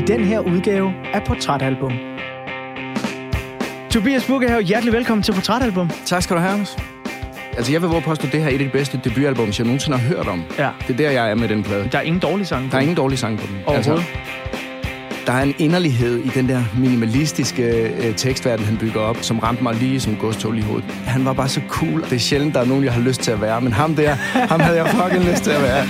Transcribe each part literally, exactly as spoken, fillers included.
i den her udgave af Portrætalbum. Tobias Bukkehave, hjertelig velkommen til Portrætalbum. Tak skal du have, Anders. Altså, jeg vil våge påstå, at det her er et af de bedste debutalbums, jeg nogensinde har hørt om. Ja. Det er der, jeg er med den plade. Der er ingen dårlige sange på Der er ingen dårlige sange på den. Overhovedet. Altså, der er en inderlighed i den der minimalistiske øh, tekstverden, han bygger op, som ramte mig lige som godstog i hovedet. Han var bare så cool. Det er sjældent, der er nogen, jeg har lyst til at være, men ham der, ham havde jeg fucking lyst til at være.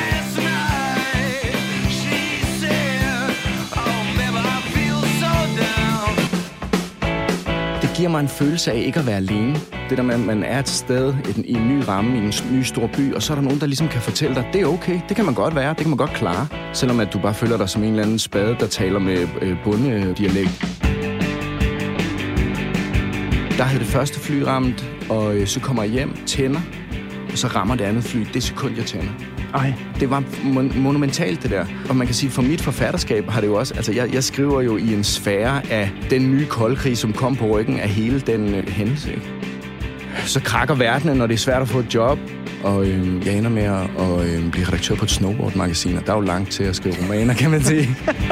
Det giver mig en følelse af ikke at være alene. Det der med, at man er et sted i en ny ramme, i en ny stor by, og så er der nogen, der ligesom kan fortælle dig, det er okay, det kan man godt være, det kan man godt klare. Selvom at du bare føler dig som en eller anden spade, der taler med øh, bondedialekt. Der havde det første fly ramt, og øh, så kommer jeg hjem, tænder, og så rammer det andet fly det sekund, jeg tænder. Ej. Det var mon- monumentalt, det der. Og man kan sige, for mit forfatterskab har det jo også... Altså, jeg, jeg skriver jo i en sfære af den nye koldkrig, som kom på ryggen af hele den øh, hændelse, ikke? Så krakker verdenen, når det er svært at få et job. Og øh, jeg ender med at og, øh, blive redaktør på et snowboard-magasin, og der er jo langt til at skrive romaner, kan man sige.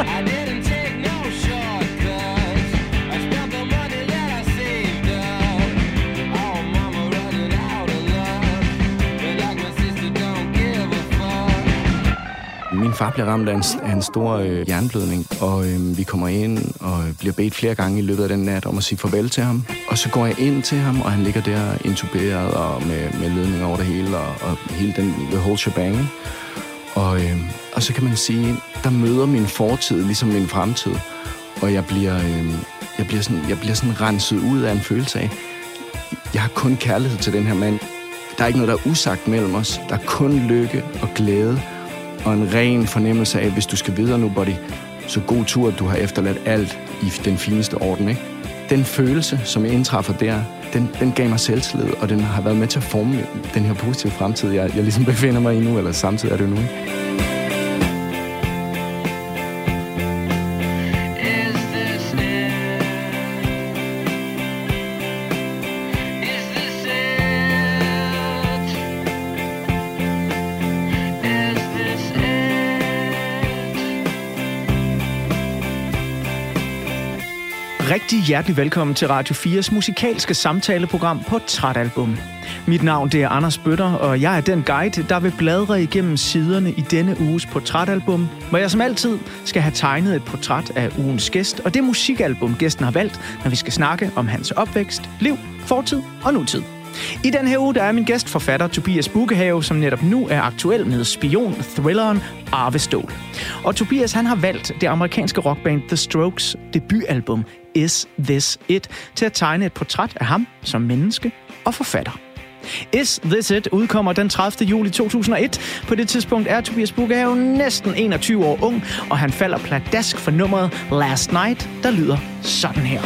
Min far bliver ramt af en, af en stor øh, hjerneblødning, og øh, vi kommer ind og bliver bedt flere gange i løbet af den nat om at sige farvel til ham. Og så går jeg ind til ham, og han ligger der intuberet og med, med ledning over det hele, og, og hele den the whole shebang. Og, øh, og så kan man sige, der møder min fortid ligesom min fremtid, og jeg bliver, øh, jeg bliver, sådan, jeg bliver sådan renset ud af en følelse af, jeg har kun kærlighed til den her mand. Der er ikke noget, der er usagt mellem os. Der er kun lykke og glæde. Og en ren fornemmelse af, hvis du skal videre nu, buddy, så god tur, at du har efterladt alt i den fineste orden, ikke? Den følelse, som jeg indtræffer der, den, den gav mig selvtillid, og den har været med til at forme den her positive fremtid, jeg, jeg ligesom befinder mig i nu, eller samtidig er det jo nu, ikke? Rigtig hjertelig velkommen til Radio fires musikalske samtaleprogram Portrætalbum. Mit navn det er Anders Bøtter, og jeg er den guide, der vil bladre igennem siderne i denne uges Portrætalbum, hvor jeg som altid skal have tegnet et portræt af ugens gæst, og det musikalbum gæsten har valgt, når vi skal snakke om hans opvækst, liv, fortid og nutid. I den her uge der er min gæstforfatter Tobias Bukkehave, som netop nu er aktuel med spion-thrilleren Arve Stål. Og Tobias han har valgt det amerikanske rockband The Strokes debutalbum Is This It til at tegne et portræt af ham som menneske og forfatter. Is This It udkommer den tredivte juli to tusind og et. På det tidspunkt er Tobias Bukkehave næsten enogtyve år ung, og han falder pladask for nummeret Last Night, der lyder sådan her.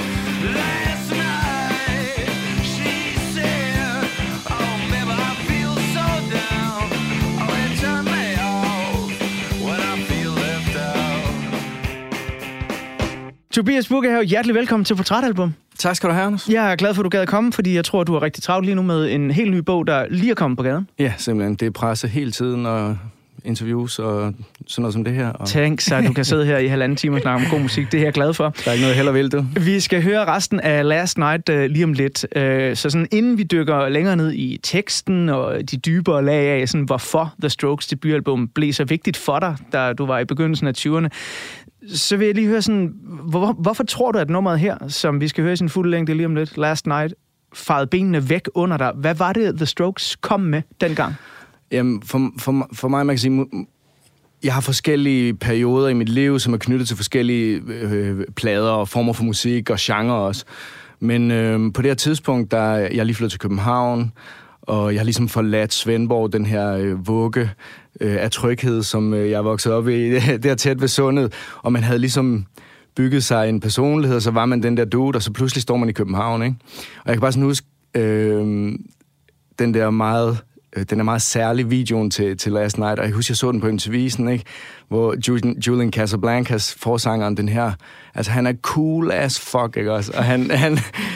Tobias Bukkehave, hjertelig velkommen til Portrætalbum. Tak skal du have, Anders. Jeg er glad for, at du gad komme, fordi jeg tror, du er rigtig travlt lige nu med en helt ny bog, der lige er kommet på gaden. Ja, simpelthen. Det er presse hele tiden, og interviews og sådan noget som det her. Og... Tænk så, du kan sidde her i halvanden time og snakke om god musik. Det er jeg glad for. Der er ikke noget heller vil, du. Vi skal høre resten af Last Night uh, lige om lidt. Uh, så sådan, inden vi dykker længere ned i teksten og de dybere lag af, sådan, hvorfor The Strokes debutalbum blev så vigtigt for dig, da du var i begyndelsen af tyverne, så vil jeg lige høre sådan, hvor, hvorfor tror du, at nummeret her, som vi skal høre i sin fulde længde lige om lidt, Last Night, farede benene væk under dig? Hvad var det, The Strokes kom med dengang? Jamen, for, for, for mig, man kan sige, jeg har forskellige perioder i mit liv, som er knyttet til forskellige øh, plader og former for musik og genre også. Men øh, på det her tidspunkt, der jeg lige flyttet til København, og jeg har ligesom forladt Svendborg, den her øh, vugge øh, af tryghed, som øh, jeg voksede op i, der tæt ved sundet. Og man havde ligesom bygget sig en personlighed, og så var man den der dude, og så pludselig står man i København, ikke? Og jeg kan bare sådan huske øh, den der meget... Den er meget særlig videoen til, til Last Night, og jeg husker, jeg så den på M T V, sådan, ikke? Hvor Julian, Julian Casablancas forsangeren, den her, altså han er cool as fuck, ikke også? Og han, han,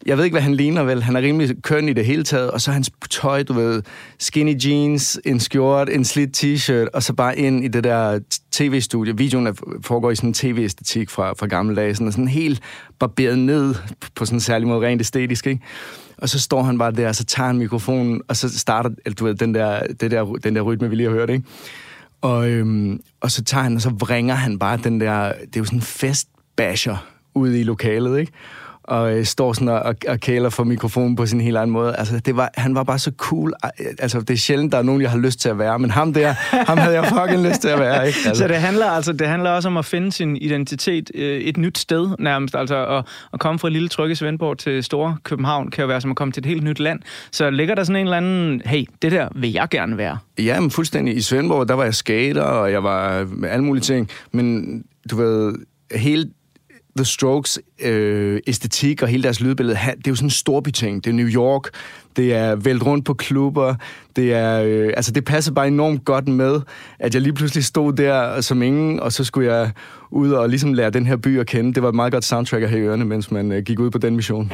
Jeg ved ikke, hvad han ligner vel. Han er rimelig køn i det hele taget, og så hans tøj, du ved, skinny jeans, en skjort, en slidt t-shirt, og så bare ind i det der tv-studie. Videoen foregår i sådan en tv-æstetik fra, fra gamle dage, sådan, sådan helt barberet ned på sådan en særlig måde, rent æstetisk, ikke? Og så står han bare der, og så tager han mikrofonen, og så starter du ved, den, der, det der, den der rytme, vi lige har hørt, ikke? Og, øhm, og så tager han, og så vringer han bare den der, det er jo sådan en festbasher ude i lokalet, ikke? Og øh, står sådan og, og, og kæler for mikrofonen på sin helt egen måde. Altså, det var, han var bare så cool. Altså, det er sjældent, der er nogen, jeg har lyst til at være, men ham der, ham havde jeg fucking lyst til at være, ikke? Altså. Så det handler altså, det handler også om at finde sin identitet øh, et nyt sted, nærmest. Altså, at, at komme fra lille trygge Svendborg til store København, kan jo være som at komme til et helt nyt land. Så ligger der sådan en eller anden, hey, det der vil jeg gerne være. Ja, men fuldstændig. I Svendborg, der var jeg skater, og jeg var med alle mulige ting. Men du ved, hele The Strokes øh, æstetik og hele deres lydbillede, det er jo sådan en storbyting. Det er New York, det er vælt rundt på klubber, det er, øh, altså det passer bare enormt godt med, at jeg lige pludselig stod der som ingen, og så skulle jeg ud og ligesom lære den her by at kende. Det var et meget godt soundtrack at have i ørerne, mens man øh, gik ud på den mission.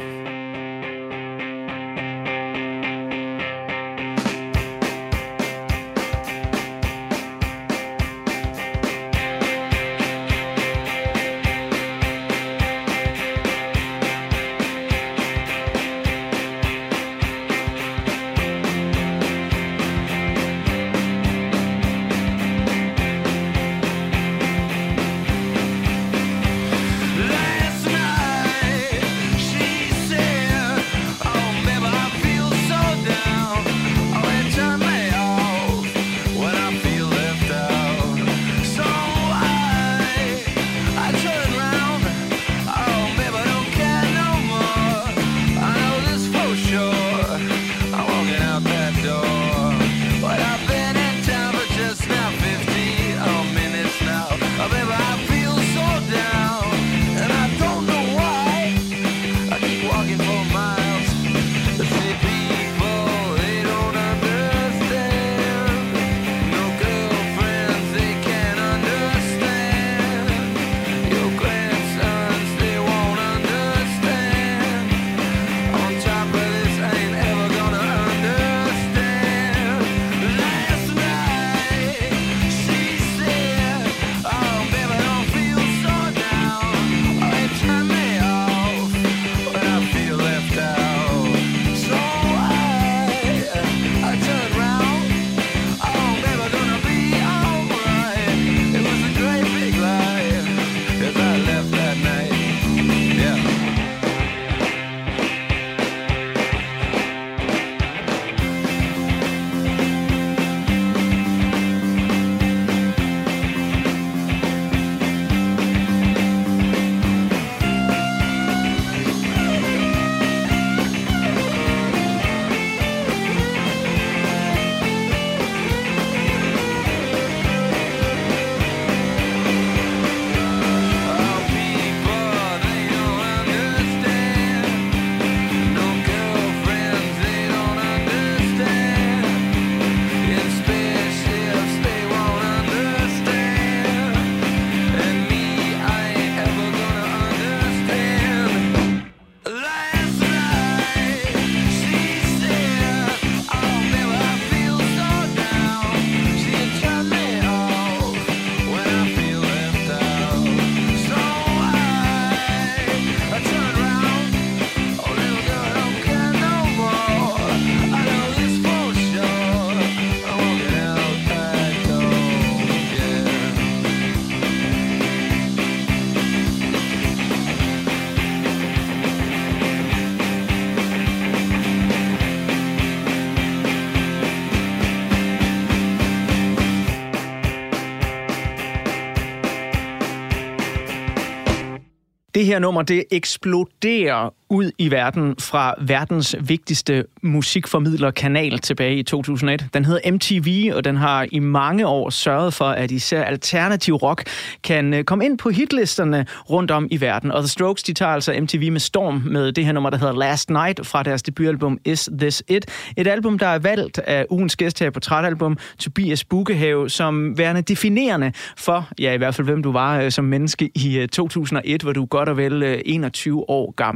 Det her nummer, det eksploderer ud i verden fra verdens vigtigste musikformidlerkanal tilbage i to tusind og et. Den hedder M T V, og den har i mange år sørget for, at især alternativ rock kan komme ind på hitlisterne rundt om i verden. Og The Strokes, de tager altså M T V med storm med det her nummer, der hedder Last Night fra deres debutalbum Is This It? Et album, der er valgt af ugens gæst her på Portrætalbum, Tobias Bukkehave, som værende definerende for, ja i hvert fald hvem du var som menneske i to tusind og et, hvor du godt og vel enogtyve år gammel, Tobias.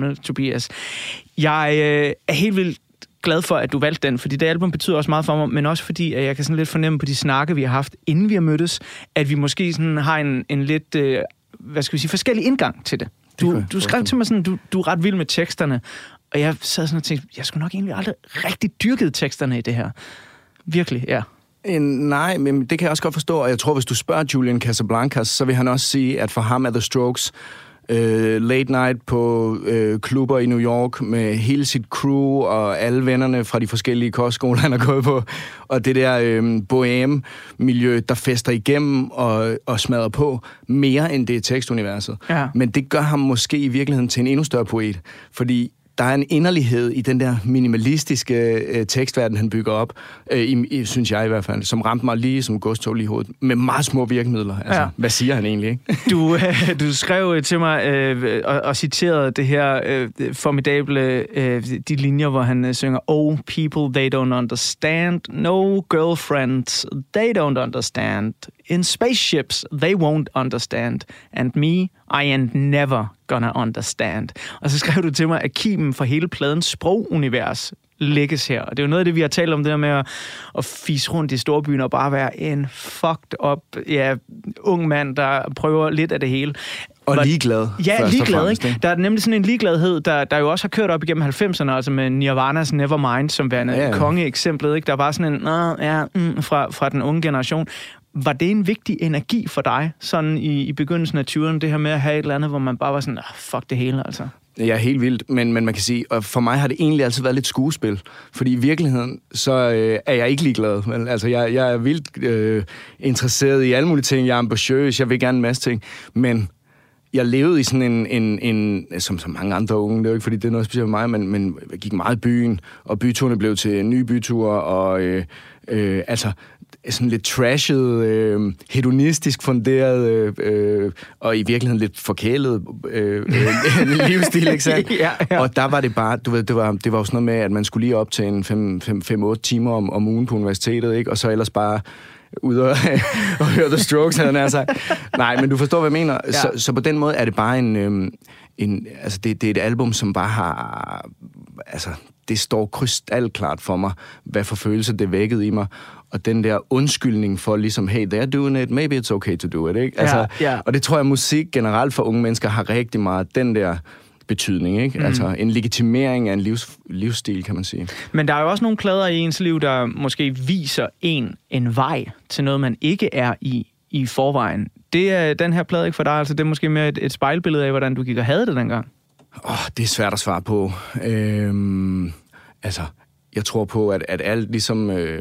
Tobias. Jeg øh, er helt vildt glad for, at du valgte den, fordi det album betyder også meget for mig, men også fordi, at jeg kan sådan lidt fornemme på de snakke, vi har haft, inden vi har mødtes, at vi måske sådan har en, en lidt, øh, hvad skal vi sige, forskellig indgang til det. Du, du skrev til mig sådan, du, du er ret vild med teksterne, og jeg sad sådan og tænkte, jeg skulle nok egentlig aldrig rigtig dyrket teksterne i det her. Virkelig, ja. Nej, men det kan jeg også godt forstå, og jeg tror, hvis du spørger Julian Casablancas, så vil han også sige, at for ham er The Strokes øh, late night på øh, klubber i New York med hele sit crew og alle vennerne fra de forskellige kostskoler, han har gået på, og det der øh, bohème-miljø, der fester igennem og, og smadrer på, mere end det tekstuniverset. Ja. Men det gør ham måske i virkeligheden til en endnu større poet, fordi der er en inderlighed i den der minimalistiske øh, tekstverden, han bygger op, øh, i, i, synes jeg i hvert fald, som ramte mig lige som godstog lige i hovedet, med meget små virkemidler. Altså, ja. Hvad siger han egentlig, ikke? du, øh, du skrev til mig øh, og, og citerede det her øh, formidable, øh, de linjer, hvor han øh, synger, "Oh, people, they don't understand. No girlfriends, they don't understand. In spaceships, they won't understand. And me, I ain't never gonna understand." Og så skrev du til mig, at kimen for hele pladens sprogunivers lægges her. Og det er jo noget af det, vi har talt om, det der med at, at fise rundt i storbyen og bare være en fucked up, ja, ung mand, der prøver lidt af det hele. Og ligeglad. Ja, ligeglad, ikke? Der er nemlig sådan en ligegladhed, der, der jo også har kørt op igennem halvfemserne, altså med Nirvanas Nevermind, som værende ja, ja. kongeeksemplet, ikke? Der var sådan en, ja, mm, fra, fra den unge generation. Var det en vigtig energi for dig, sådan i, i begyndelsen af tyverne, det her med at have et eller andet, hvor man bare var sådan, oh, fuck det hele, altså? Ja, helt vildt, men, men man kan sige, og for mig har det egentlig altid været lidt skuespil, fordi i virkeligheden, så øh, er jeg ikke ligeglad. Men, altså, jeg, jeg er vildt øh, interesseret i alle mulige ting, jeg er ambitiøs, jeg vil gerne en masse ting, men jeg levede i sådan en, en, en som så mange andre unge, det er jo ikke, fordi det er noget specielt for mig, men, men jeg gik meget i byen, og byturene blev til nye byture, og øh, øh, altså sådan lidt trashet, øh, hedonistisk funderet, øh, øh, og i virkeligheden lidt forkælet øh, øh, livsstil, ikke sandt? ja, ja. Og der var det bare, du ved, det var, det var jo sådan noget med, at man skulle lige op til en fem otte timer om, om ugen på universitetet, ikke? Og så ellers bare ud og, og høre The Strokes, havde han sagt. Nej, men du forstår, hvad jeg mener. Ja. Så, så på den måde er det bare en... Øhm, en altså, det, det er et album, som bare har... Altså, det står krystalklart for mig, hvad for følelser det vækkede i mig. Og den der undskyldning for ligesom, hey, they're doing it, maybe it's okay to do it, ikke? Altså, ja, ja. Og det tror jeg, musik generelt for unge mennesker har rigtig meget den der betydning, ikke? Mm. Altså en legitimering af en livs, livsstil, kan man sige. Men der er jo også nogle plader i ens liv, der måske viser en en vej til noget, man ikke er i i forvejen. Det er den her plade ikke for dig, altså det er måske mere et, et spejlbillede af, hvordan du gik og havde det dengang. Åh, oh, det er svært at svare på. Øhm, altså, jeg tror på, at, at alt ligesom øh,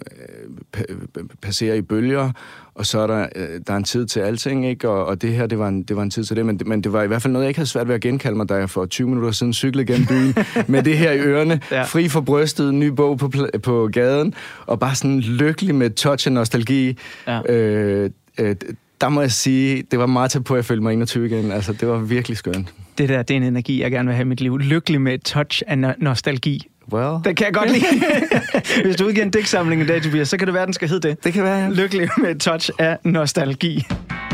passerer i bølger, og så er der, øh, der er en tid til alting, ikke? Og, og det her, det var, en, det var en tid til det, men, men det var i hvert fald noget, jeg ikke havde svært ved at genkalde mig, da jeg for tyve minutter siden cyklede gennem byen, med det her i ørerne, ja. Fri for brystet, en ny bog på, på gaden, og bare sådan lykkelig med touch af nostalgi. Ja. Øh, øh, der må jeg sige, det var meget tæt på, at jeg følte mig enogtyve igen. Altså, det var virkelig skønt. Det der, det er en energi, jeg gerne vil have i mit liv. Lykkelig med et touch af no- nostalgi. Well. Det kan jeg godt lide. Hvis du udgiver en digtsamling i dag, Tobias, så kan det være, den skal hedde det. Det kan være, ja. Lykkelig med et touch af nostalgi.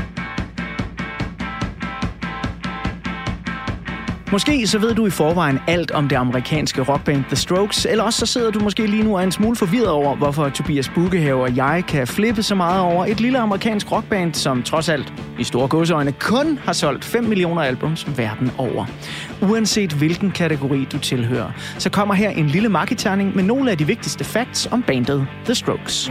Måske så ved du i forvejen alt om det amerikanske rockband The Strokes, eller også så sidder du måske lige nu og er en smule forvirret over, hvorfor Tobias Bukkehave og jeg kan flippe så meget over et lille amerikansk rockband, som trods alt i store gåseøjne kun har solgt fem millioner albums verden over. Uanset hvilken kategori du tilhører, så kommer her en lille marketerning med nogle af de vigtigste facts om bandet The Strokes.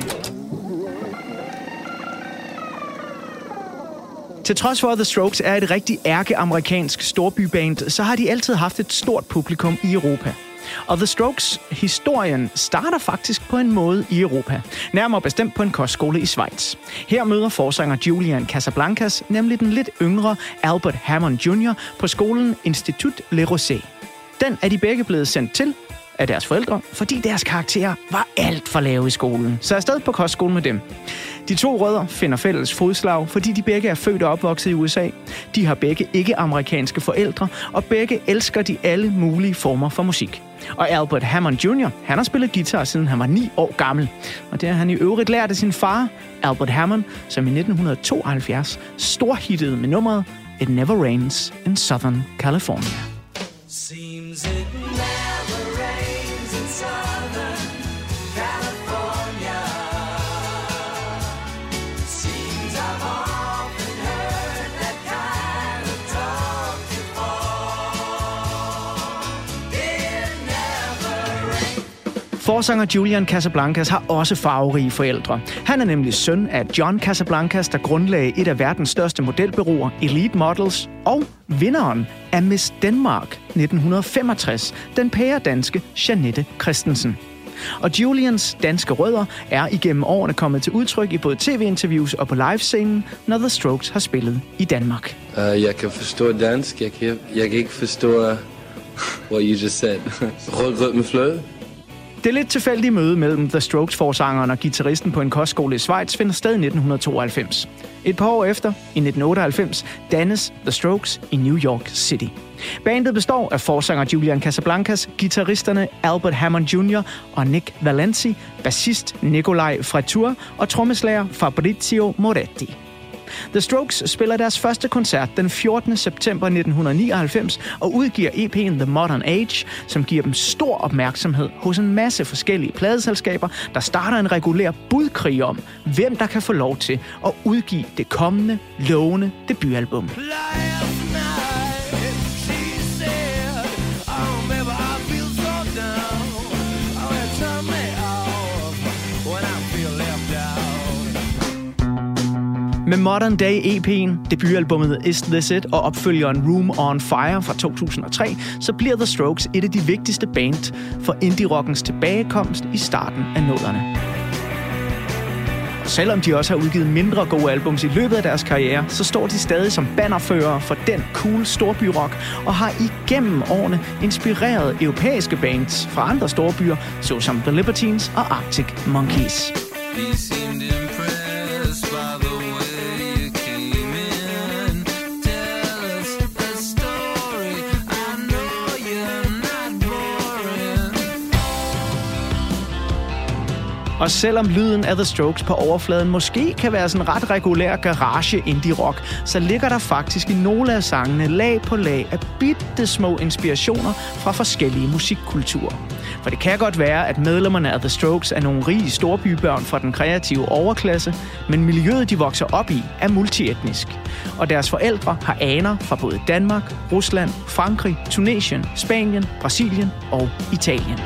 Til trods for, at The Strokes er et rigtig ærkeamerikansk storbyband, så har de altid haft et stort publikum i Europa. Og The Strokes' historien starter faktisk på en måde i Europa. Nærmere bestemt på en kostskole i Schweiz. Her møder forsanger Julian Casablancas nemlig den lidt yngre Albert Hammond junior på skolen Institut Le Rosé. Den er de begge blevet sendt til af deres forældre, fordi deres karakterer var alt for lave i skolen. Så afsted på kostskole med dem. De to rødder finder fælles fodslag, fordi de begge er født og opvokset i U S A. De har begge ikke-amerikanske forældre, og begge elsker de alle mulige former for musik. Og Albert Hammond junior, han har spillet guitar siden han var ni år gammel. Og det har han i øvrigt lært af sin far, Albert Hammond, som i nitten tooghalvfjerds storhittede med nummeret It Never Rains in Southern California. Seems Forsanger Julian Casablancas har også farverige forældre. Han er nemlig søn af John Casablancas, der grundlagde et af verdens største modelbureauer, Elite Models, og vinderen af Miss Denmark nitten femogtres, den pæredanske Jeanette Christensen. Og Julians danske rødder er igennem årene kommet til udtryk i både tv-interviews og på livescenen, når The Strokes har spillet i Danmark. Uh, jeg kan forstå dansk. Jeg kan, jeg kan ikke forstå, what you just said. Rød, rød med fløde. Det lidt tilfældige møde mellem The Strokes-forsangeren og guitaristen på en kostskole i Schweiz finder sted i nitten tooghalvfems. Et par år efter, i nitten otteoghalvfems, dannes The Strokes i New York City. Bandet består af forsanger Julian Casablancas, guitaristerne Albert Hammond junior og Nick Valenci, bassist Nikolaj Fraiture og trommeslager Fabrizio Moretti. The Strokes spiller deres første koncert den fjortende september nitten nioghalvfems og udgiver E P'en The Modern Age, som giver dem stor opmærksomhed hos en masse forskellige pladeselskaber, der starter en regulær budkrig om, hvem der kan få lov til at udgive det kommende, lovende debutalbum. Med Modern Day E P'en, debutalbummet Is This It og opfølgeren Room on Fire fra to tusind og tre, så bliver The Strokes et af de vigtigste band for indie-rockens tilbagekomst i starten af nullerne. Selvom de også har udgivet mindre gode albums i løbet af deres karriere, så står de stadig som bannerførere for den cool storbyrock og har igennem årene inspireret europæiske bands fra andre storbyer, såsom The Libertines og Arctic Monkeys. Og selvom lyden af The Strokes på overfladen måske kan være sådan ret regulær garage indie rock, så ligger der faktisk i nogle af sangene lag på lag af bitte små inspirationer fra forskellige musikkulturer. For det kan godt være, at medlemmerne af The Strokes er nogle rige storbybørn fra den kreative overklasse, men miljøet, de vokser op i, er multietnisk. Og deres forældre har aner fra både Danmark, Rusland, Frankrig, Tunesien, Spanien, Brasilien og Italien.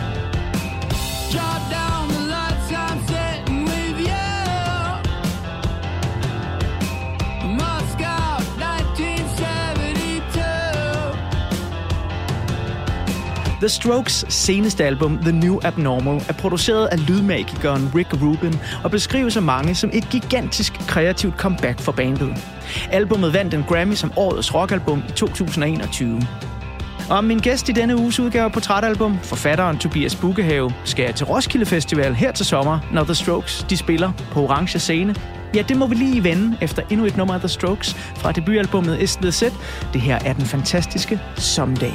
The Strokes' seneste album, The New Abnormal, er produceret af lydmagikeren Rick Rubin og beskrives af mange som et gigantisk kreativt comeback for bandet. Albummet vandt en Grammy som årets rockalbum i to tusind og enogtyve. Og min gæst i denne uges udgave af Portrætalbum, forfatteren Tobias Bukkehave, skal til Roskilde Festival her til sommer, når The Strokes de spiller på orange scene. Ja, det må vi lige vende efter endnu et nummer af The Strokes fra debutalbummet Is This It. Det her er den fantastiske Someday.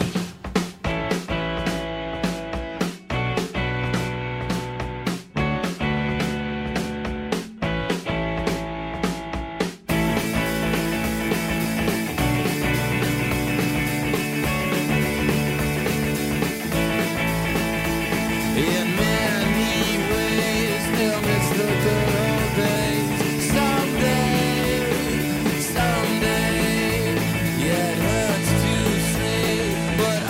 But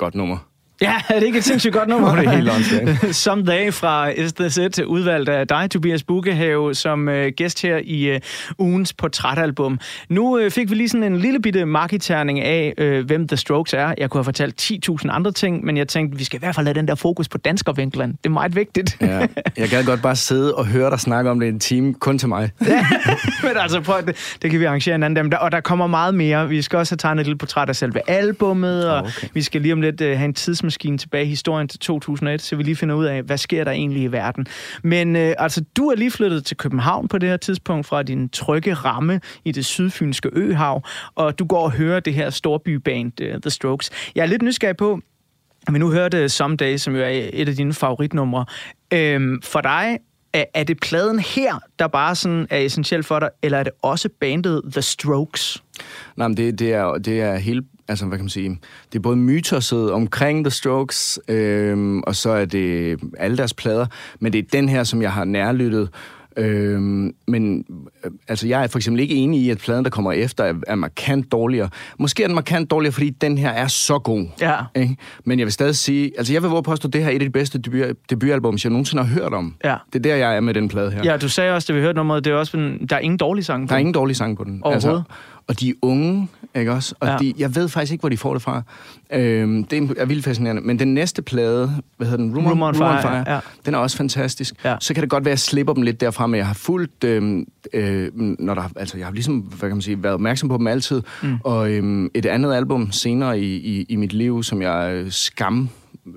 godt nummer. Ja, er det ikke et sindssygt godt nummer? Det er helt åndssvagt. Someday fra Is This It, udvalgt af dig, Tobias Bukkehave, som øh, gæst her i øh, ugens portrætalbum. Nu øh, fik vi lige sådan en lille bitte markiterning af, øh, hvem The Strokes er. Jeg kunne have fortalt ti tusind andre ting, men jeg tænkte, vi skal i hvert fald have den der fokus på danskervinklen. Det er meget vigtigt. Ja, jeg gad godt bare sidde og høre dig snakke om det en time, kun til mig. Ja, men altså, prøv, det, det kan vi arrangere en anden dag. Og der kommer meget mere. Vi skal også have tegnet et lille portræt af selve albummet, og okay. vi skal lige om lidt øh, have en tids maskine tilbage i historien til to tusind og et, så vi lige finder ud af, hvad sker der egentlig i verden. Men øh, altså, du er lige flyttet til København på det her tidspunkt fra din trygge ramme i det sydfynske øhav, og du går og hører det her storbyband uh, The Strokes. Jeg er lidt nysgerrig på, at vi nu hørte Someday, som jo er et af dine favoritnumre. Øhm, for dig, er, er det pladen her, der bare sådan er essentiel for dig, eller er det også bandet The Strokes? Nej, men det, det, er, det er hele... Altså, hvad kan man sige? Det er både mytoset omkring The Strokes, øhm, og så er det alle deres plader, men det er den her, som jeg har nærlyttet. Øhm, men øh, altså, jeg er for eksempel ikke enig i, at pladen, der kommer efter, er, er markant dårligere. Måske er den markant dårligere, fordi den her er så god. Ja. Ikke? Men jeg vil stadig sige... Altså, jeg vil våge påstå, at det her er et af de bedste debut, debutalbums, jeg nogensinde har hørt om. Ja. Det er der, jeg er med den plade her. Ja, du sagde også, da vi hørte nummeret, det er også, der er ingen dårlige sang på den. Der er ingen dårlige sang på den. Overhovedet. Altså, og de er unge, ikke også? Og ja. de, jeg ved faktisk ikke, hvor de får det fra. Øhm, det er vildt fascinerende. Men den næste plade, hvad hedder den? Rumor, Rumor on Fire, Rumor on Fire ja. Den er også fantastisk. Ja. Så kan det godt være, at jeg slipper dem lidt derfra, men jeg har fulgt, øhm, øh, når der, altså jeg har ligesom, hvad kan man sige, været opmærksom på dem altid. Mm. Og øhm, et andet album senere i, i, i mit liv, som jeg skam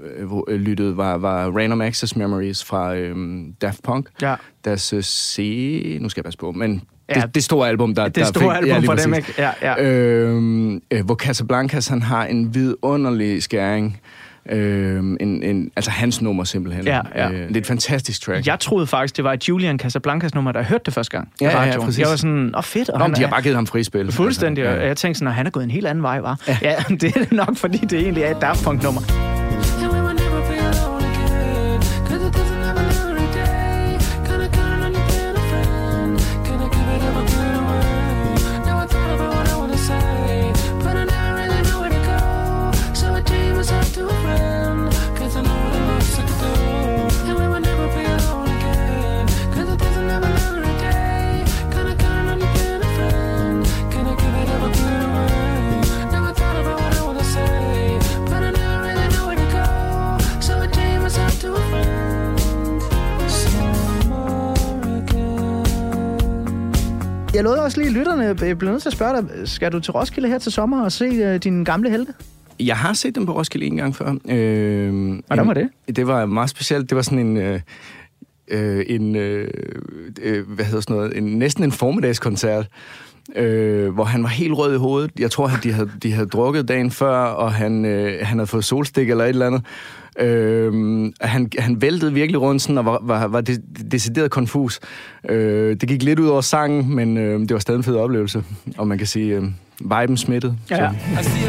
øh, lyttede, var, var Random Access Memories fra øhm, Daft Punk. Ja. Deres øh, C... Nu skal jeg passe på, men... Ja, det, det store album, der, det der store fik, album ja, for dem, ikke? Ja, ja. Øhm, øh, hvor Casablancas, han har en vidunderlig skæring. Øhm, en, en, altså hans nummer simpelthen. Ja, ja. Øh, det er et fantastisk track. Jeg troede faktisk, det var et Julian Casablancas nummer, der jeg hørte det første gang. Ja, ja, præcis. Jeg var sådan, åh fedt. Og Nå, de har bare givet ham frispil. Fuldstændig. Altså, ja. Jeg tænkte sådan, at han er gået en helt anden vej, var. Ja. ja, det er nok, fordi det egentlig er et Daft Punk-nummer. Jeg lovede også lige lytterne, jeg blev nødt til at spørge dig, skal du til Roskilde her til sommer og se uh, dine gamle helte? Jeg har set dem på Roskilde en gang før. Øh, Hvordan var det? Det var meget specielt. Det var sådan en... Øh, øh, en øh, øh, hvad hedder sådan noget? En, næsten en formiddagskoncert, øh, hvor han var helt rød i hovedet. Jeg tror, at de havde, de havde drukket dagen før, og han, øh, han havde fået solstik eller et eller andet. Øh, han, han væltede virkelig rundt sådan, og var, var, var decideret konfus. Øh, det gik lidt ud over sangen, men øh, det var stadig en fed oplevelse. Og man kan sige, øh, viben smittet. Ja, ja.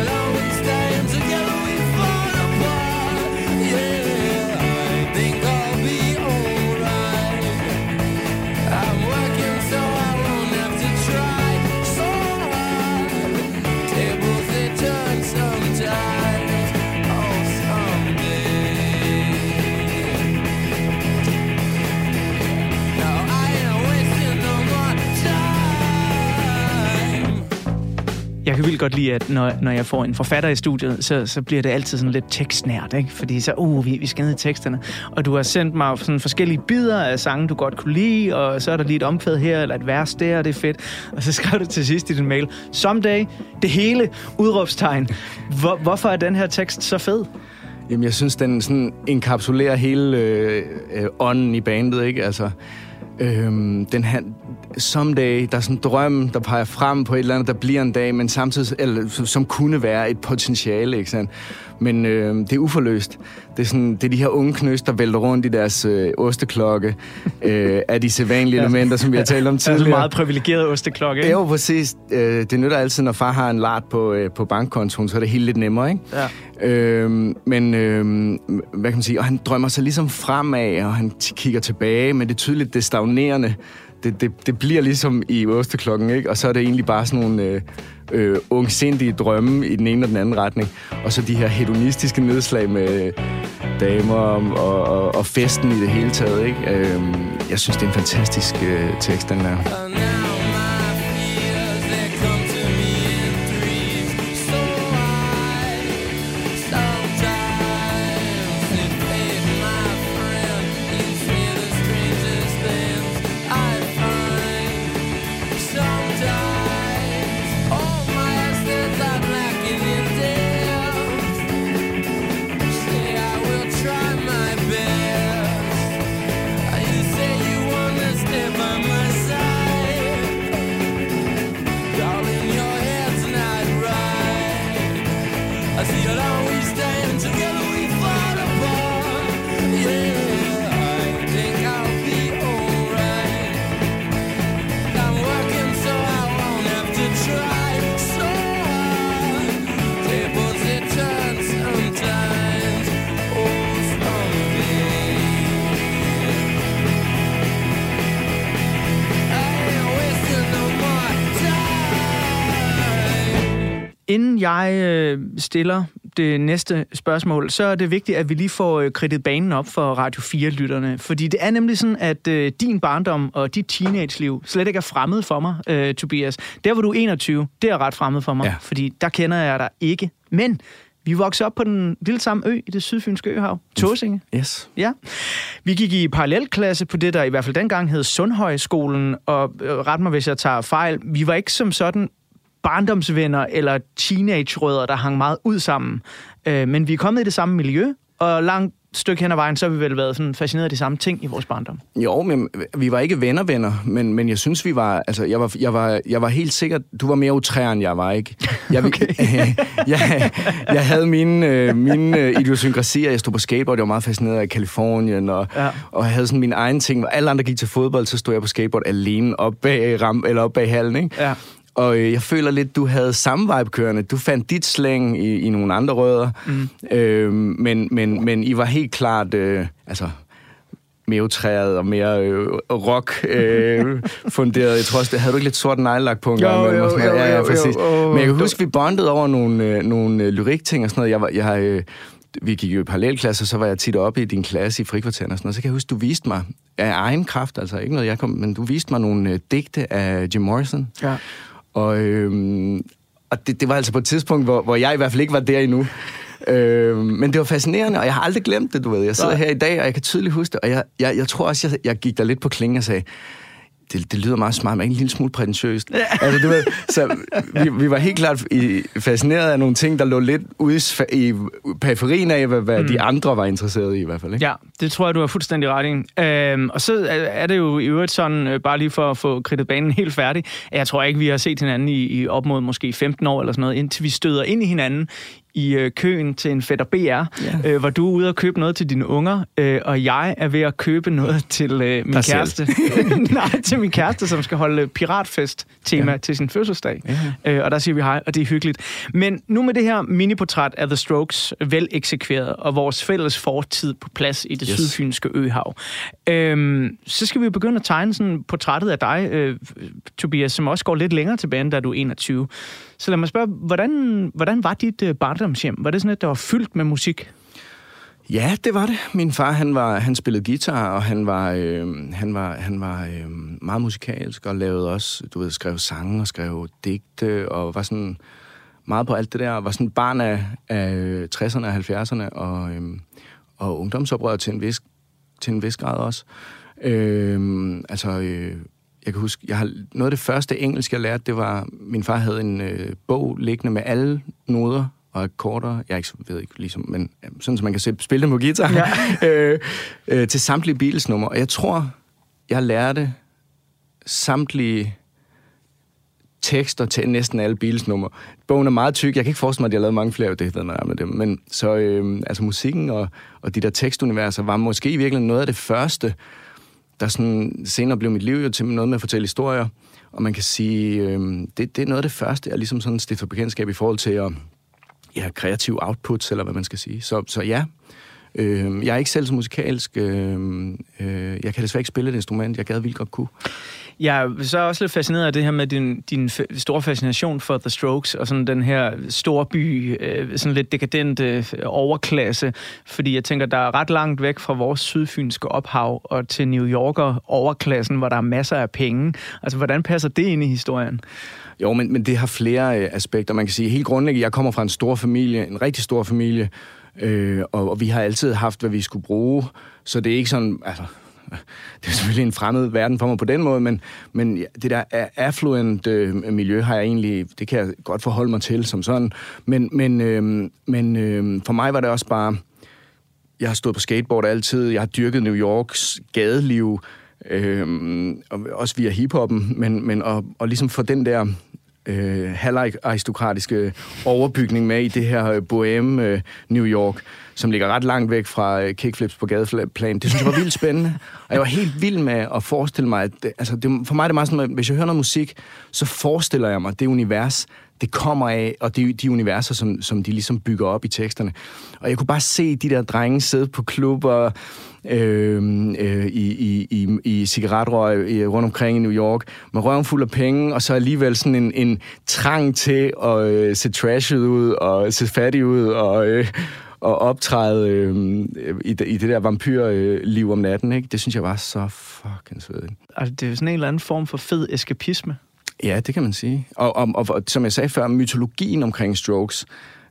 Jeg kan vildt godt lide, at når, når jeg får en forfatter i studiet, så, så bliver det altid sådan lidt tekstnært, ikke? Fordi så, uh, vi, vi skal ned i teksterne. Og du har sendt mig sådan forskellige bidder af sange, du godt kunne lide, og så er der lige et omkvæd her, eller et vers der, og det er fedt. Og så skrev du til sidst i din mail, Someday, det hele, udråbstegn. Hvor, hvorfor er den her tekst så fed? Jamen, jeg synes, den sådan enkapsulerer hele øh, øh, ånden i bandet, ikke? Altså... Øhm, den her someday, der er sådan en drøm, der peger frem på et eller andet, der bliver en dag, men samtidig, eller, som kunne være et potentiale, ikke sandt? Men øh, det er uforløst. Det er, sådan, det er de her unge knøs, der vælter rundt i deres øh, osteklokke øh, af de sædvanlige elementer, som vi har talt om tidligere. Det er en meget privilegeret osteklokke, ikke? Jo, præcis. Øh, det nytter altid, når far har en lart på, øh, på bankkontoen, så er det helt lidt nemmere, ikke? Ja. Øh, men, øh, hvad kan man sige? Og han drømmer sig ligesom fremad, og han t- kigger tilbage, men det er tydeligt, det stagnerende. det, det, det bliver ligesom i Osteklokken, ikke? Og så er det egentlig bare sådan nogle øh, øh, ungsindige drømme i den ene og den anden retning. Og så de her hedonistiske nedslag med damer og, og, og festen i det hele taget, ikke? Øh, jeg synes, det er en fantastisk øh, tekst, den der. Inden jeg øh, stiller det næste spørgsmål, så er det vigtigt, at vi lige får øh, kridtet banen op for Radio fire-lytterne. Fordi det er nemlig sådan, at øh, din barndom og dit teenageliv slet ikke er fremmed for mig, øh, Tobias. Der, hvor du er enogtyve, det er ret fremmed for mig, ja. Fordi der kender jeg dig ikke. Men vi voksede op på den lille samme ø i det sydfynske øhav, Tåsinge. Yes. Ja. Vi gik i parallelklasse på det, der i hvert fald dengang hed Sundhøjskolen, og øh, ret mig, hvis jeg tager fejl. Vi var ikke som sådan barndomsvenner eller teenage-rødder, der hang meget ud sammen. Øh, men vi er kommet i det samme miljø, og langt stykke hen ad vejen, så har vi vel været sådan fascineret af de samme ting i vores barndom. Jo, men vi var ikke venner-venner, men, men jeg synes, vi var... Altså, jeg var, jeg var, jeg var helt sikkert... Du var mere utræer, end jeg var, ikke? Jeg, okay. øh, jeg, jeg havde mine, øh, mine idiosynkrasier. Jeg stod på skateboard, jeg var meget fascineret af Californien, og, ja. og jeg havde sådan mine egne ting. Hvor alle andre gik til fodbold, så stod jeg på skateboard alene op bag, ram, eller op bag hallen, ikke? Ja. Og øh, jeg føler lidt, du havde samme vibe kørende. Du fandt dit slang i, i nogle andre rødder. Mm. Øh, men, men, men I var helt klart øh, altså, mere utræret og mere øh, rock-funderet. Øh, jeg tror også, det havde du ikke lidt sort neglelak på en gang. Jo, jo, jo, jo, ja, ja, præcis. jo, jo, jo. Men jeg kan huske, vi bondede over nogle, øh, nogle øh, lyrikting og sådan noget. Jeg var, jeg, øh, vi gik jo i parallelklasse, og så var jeg tit oppe i din klasse i frikvarteren og sådan noget. Så kan jeg huske, du viste mig af egen kraft, altså ikke noget jeg kom, men du viste mig nogle øh, digte af Jim Morrison. Ja. Og, øhm, og det, det var altså på et tidspunkt, hvor, hvor jeg i hvert fald ikke var der endnu. øhm, men det var fascinerende, og jeg har aldrig glemt det, du ved. Jeg sidder her i dag, og jeg kan tydeligt huske det, og jeg, jeg, jeg tror også, jeg, jeg gik der lidt på klingen og sagde, det, det lyder meget smart, men ikke en lille smule prætentiøst. Ja. Altså, du ved, så vi, vi var helt klart i, fascineret af nogle ting, der lå lidt ude i, i periferien af, hvad, hvad mm. de andre var interesseret i i hvert fald. Ikke? Ja, det tror jeg, du har fuldstændig ret i. Øhm, og så er det jo i øvrigt sådan, øh, bare lige for at få kridtet banen helt færdig, jeg tror ikke, vi har set hinanden i, i op mod måske femten år eller sådan noget, indtil vi støder ind i hinanden i øh, køen til en Fætter B R, yeah. øh, hvor du er ude og købe noget til dine unger, øh, og jeg er ved at købe noget til øh, min Der kæreste. Nej, til min kæreste, som skal holde piratfest-tema yeah. til sin fødselsdag. Yeah. Øh, og der siger vi hej, og det er hyggeligt. Men nu med det her miniportræt af The Strokes vel eksekveret, og vores fælles fortid på plads i det yes. sydfynske øhav, øh, så skal vi jo begynde at tegne sådan portrættet af dig, øh, Tobias, som også går lidt længere tilbage, end da du er enogtyve. Så lad mig spørge, hvordan, hvordan var dit øh, barndomshjem? Var det sådan, at der var fyldt med musik? Ja, det var det. Min far, han var han spillede guitar, og han var øh, han var han var øh, meget musikalsk og lavede også, du ved, skrev sange og skrev digte og var sådan meget på alt det der. Var sådan barn af, af tresserne og halvfjerdserne og øh, og ungdomsoprør til en vis til en vis grad også. Øh, altså øh, Jeg kan huske, jeg har, noget af det første engelsk, jeg lærte, det var, min far havde en øh, bog liggende med alle noder og akkorder. Jeg ikke, ved ikke, ligesom, men sådan, så man kan spille dem på guitar. Ja. øh, øh, til samtlige Beatles-numre. Og jeg tror, jeg lærte samtlige tekster til næsten alle Beatles-numre. Bogen er meget tyk. Jeg kan ikke forestille mig, at jeg lavede mange flere af det, med dem. Men så øh, altså musikken og, og de der tekstuniverser var måske i virkeligheden noget af det første, der sådan senere blev mit liv jo til noget med at fortælle historier, og man kan sige, øh, det, det er noget af det første, jeg ligesom sådan stifter bekendtskab i forhold til at, ja, kreativ outputs, eller hvad man skal sige. Så, så ja, Øh, jeg er ikke selv så musikalsk. Øh, øh, jeg kan desværre ikke spille et instrument. Jeg gad vildt godt kunne. Jeg er så også lidt fascineret af det her med din, din store fascination for The Strokes, og sådan den her store by, øh, sådan lidt dekadente overklasse, fordi jeg tænker, der er ret langt væk fra vores sydfynske ophav og til New Yorker overklassen, hvor der er masser af penge. Altså, hvordan passer det ind i historien? Jo, men, men det har flere øh, aspekter. Man kan sige, helt grundlæggende, jeg kommer fra en stor familie, en rigtig stor familie, øh, og, og vi har altid haft, hvad vi skulle bruge, så det er ikke sådan, altså, det er selvfølgelig en fremmed verden for mig på den måde, men, men det der affluent øh, miljø har jeg egentlig, det kan jeg godt forholde mig til som sådan, men, men, øh, men øh, for mig var det også bare, jeg har stået på skateboard altid, jeg har dyrket New Yorks gadeliv, øh, også via hiphoppen, men, men og, og ligesom få den der øh, halvaristokratiske overbygning med i det her bohème øh, New York, som ligger ret langt væk fra øh, kickflips på gadeplan. Det synes jeg var vildt spændende, og jeg var helt vild med at forestille mig, at det, altså det, for mig er det meget sådan, at hvis jeg hører noget musik, så forestiller jeg mig det univers, det kommer af, og det er de universer, som, som de ligesom bygger op i teksterne. Og jeg kunne bare se de der drenge sidde på klubber, øh, øh, i, i, i, i cigaretrøg rundt omkring i New York, med røven fuld af penge, og så alligevel sådan en, en trang til at øh, se trashet ud, og se fattig ud, og, øh, og optræde øh, i, i det der vampyrliv øh, om natten, ikke? Det synes jeg var så fucking svedigt. Altså, det er sådan en eller anden form for fed eskapisme. Ja, det kan man sige. Og, og, og, og som jeg sagde før, mytologien omkring Strokes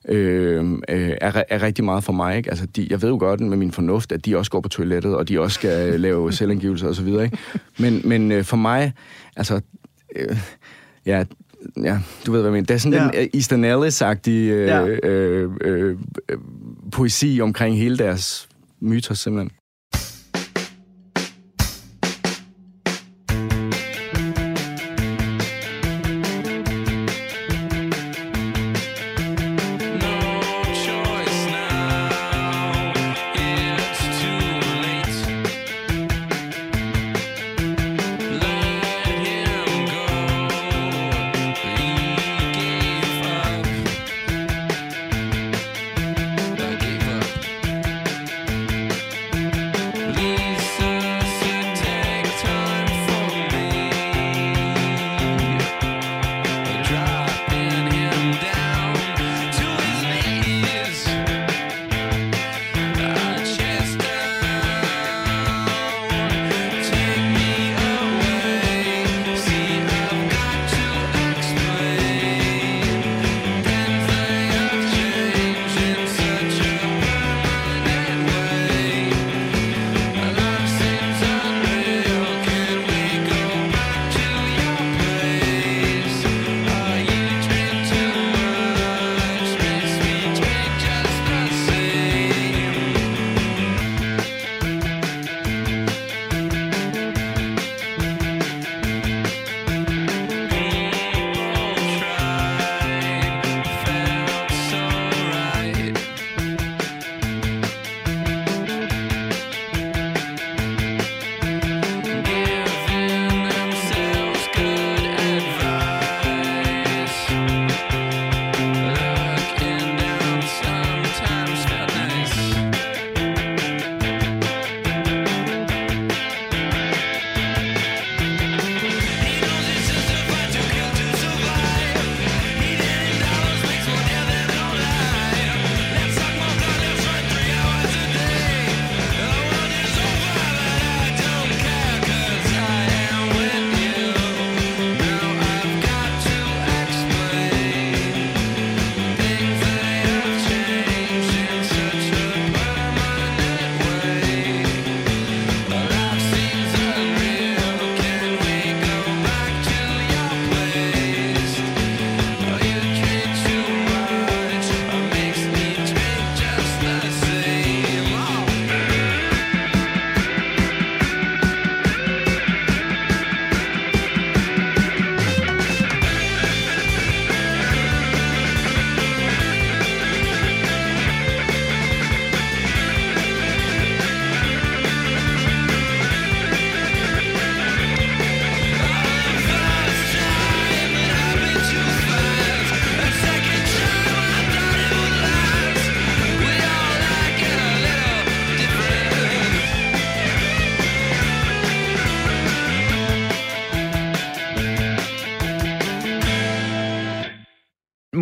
øh, øh, er, er rigtig meget for mig. Ikke? Altså, de, jeg ved jo godt med min fornuft, at de også går på toilettet, og de også skal lave selvangivelser og så videre. Ikke? Men, men øh, for mig, altså, øh, ja, ja, du ved hvad jeg mener. Det er sådan ja. Den Eastern Ellis-agtige øh, ja. øh, øh, øh, poesi omkring hele deres mytos, simpelthen.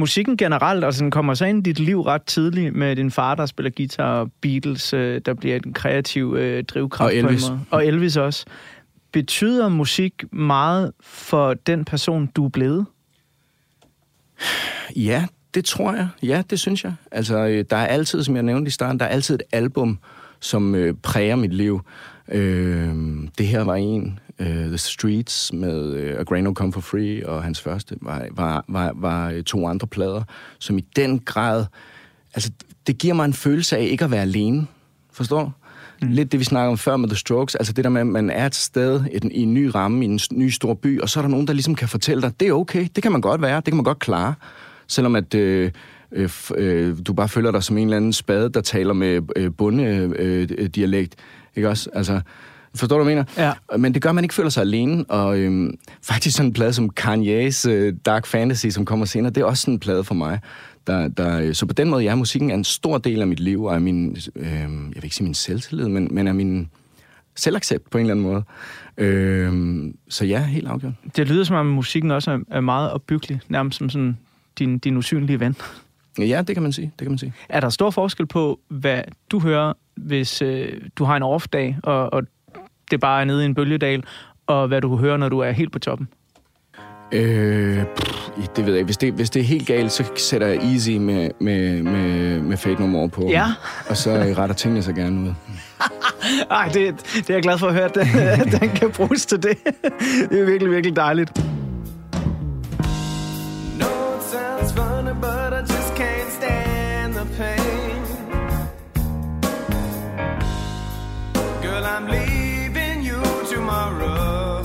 musikken generelt, altså den kommer så ind i dit liv ret tidligt med din far, der spiller guitar, og Beatles, øh, der bliver en kreativ øh, drivkraft og Elvis. på en måde. Og Elvis også. Betyder musik meget for den person, du er blevet? Ja, det tror jeg. Ja, det synes jeg. Altså, der er altid, som jeg nævnte i starten, der er altid et album, som øh, præger mit liv. Øh, det her var en, uh, The Streets med uh, A Grain No Come For Free, og hans første var, var, var, var to andre plader, som i den grad, altså det giver mig en følelse af ikke at være alene, forstår du? Mm. Lidt det, vi snakker om før med The Strokes, altså det der med, at man er et sted i en, i en ny ramme, i en ny stor by, og så er der nogen, der ligesom kan fortælle dig, det er okay, det kan man godt være, det kan man godt klare, selvom at øh, øh, du bare føler dig som en eller anden spade, der taler med øh, bondedialekt, øh, ikke også? Altså, forstår du, hvad jeg mener? Ja. Men det gør, at man ikke føler sig alene, og øhm, faktisk sådan en plade som Kanye's øh, Dark Fantasy, som kommer senere, det er også sådan en plade for mig. Der, der, så på den måde, ja, musikken er en stor del af mit liv, og er min, øh, jeg vil ikke sige min selvtillid, men, men er min selvaccept på en eller anden måde. Øh, så ja, helt afgjort. Det lyder som om musikken også er, er meget opbyggelig, nærmest som sådan din, din usynlige ven. Ja, det kan man sige. Det kan man sige. Er der stor forskel på, hvad du hører, hvis øh, du har en off-dag, og, og det bare er nede i en bølgedal, og hvad du hører, når du er helt på toppen? Øh, pff, det ved jeg ikke. Hvis det, hvis det er helt galt, så sætter jeg Easy med, med, med, med Fade No More på. Ja. Og så retter tingene sig gerne ud. Ej, det, det er jeg glad for at høre, at den, at den kan bruges til det. Det er virkelig, virkelig dejligt. No, it sounds funny, but I just can't stand the pain. Girl, I'm leaving you tomorrow.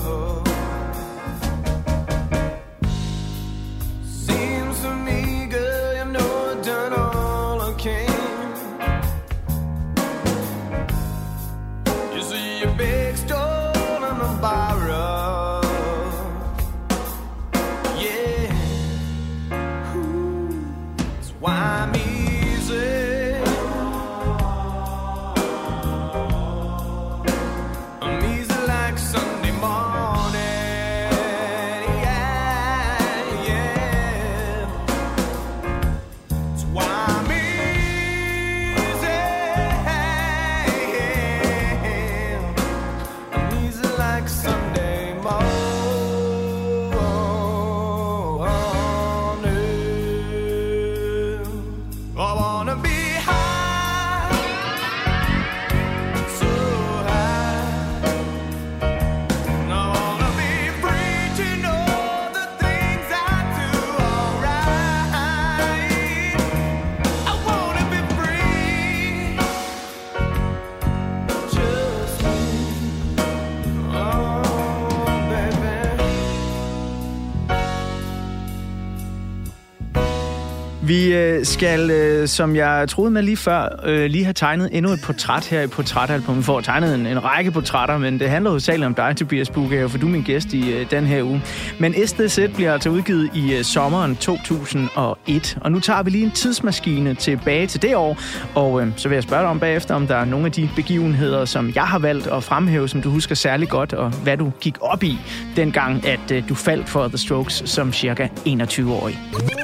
Vi skal, som jeg troede med lige før, lige have tegnet endnu et portræt her i Portrætalbum. Vi får tegnet en, en række portrætter, men det handler hovedsageligt om dig, Tobias Bugager, for du er min gæst i den her uge. Men S D Z bliver altså udgivet i sommeren to tusind og et, og nu tager vi lige en tidsmaskine tilbage til det år, og øh, så vil jeg spørge dig om bagefter, om der er nogle af de begivenheder, som jeg har valgt at fremhæve, som du husker særlig godt, og hvad du gik op i dengang, at øh, du faldt for The Strokes som cirka enogtyve-årig.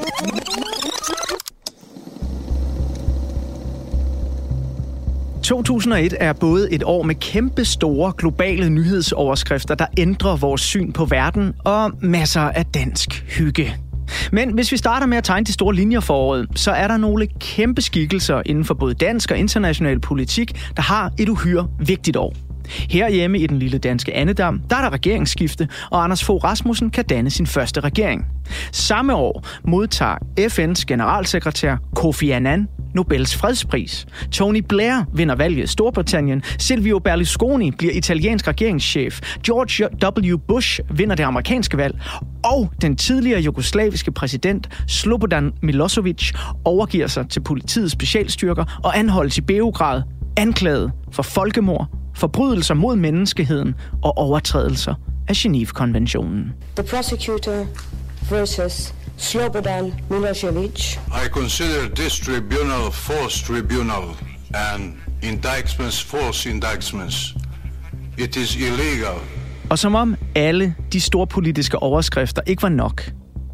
to tusind og et er både et år med kæmpe store globale nyhedsoverskrifter, der ændrer vores syn på verden, og masser af dansk hygge. Men hvis vi starter med at tegne de store linjer for året, så er der nogle kæmpe skikkelser inden for både dansk og international politik, der har et uhyre vigtigt år. Herhjemme i den lille danske Annedam, der er der regeringsskifte, og Anders Fogh Rasmussen kan danne sin første regering. Samme år modtager F N's generalsekretær Kofi Annan Nobels fredspris. Tony Blair vinder valget i Storbritannien. Silvio Berlusconi bliver italiensk regeringschef. George W. Bush vinder det amerikanske valg. Og den tidligere jugoslaviske præsident Slobodan Milosevic overgiver sig til politiets specialstyrker og anholdes i Beograd, anklaget for folkemord, forbrydelser mod menneskeheden og overtrædelser af Genève-konventionen. The prosecutor versus Slobodan Milosevic. I consider this tribunal false tribunal and indictments false indictments. It is illegal. Og som om alle de store politiske overskrifter ikke var nok,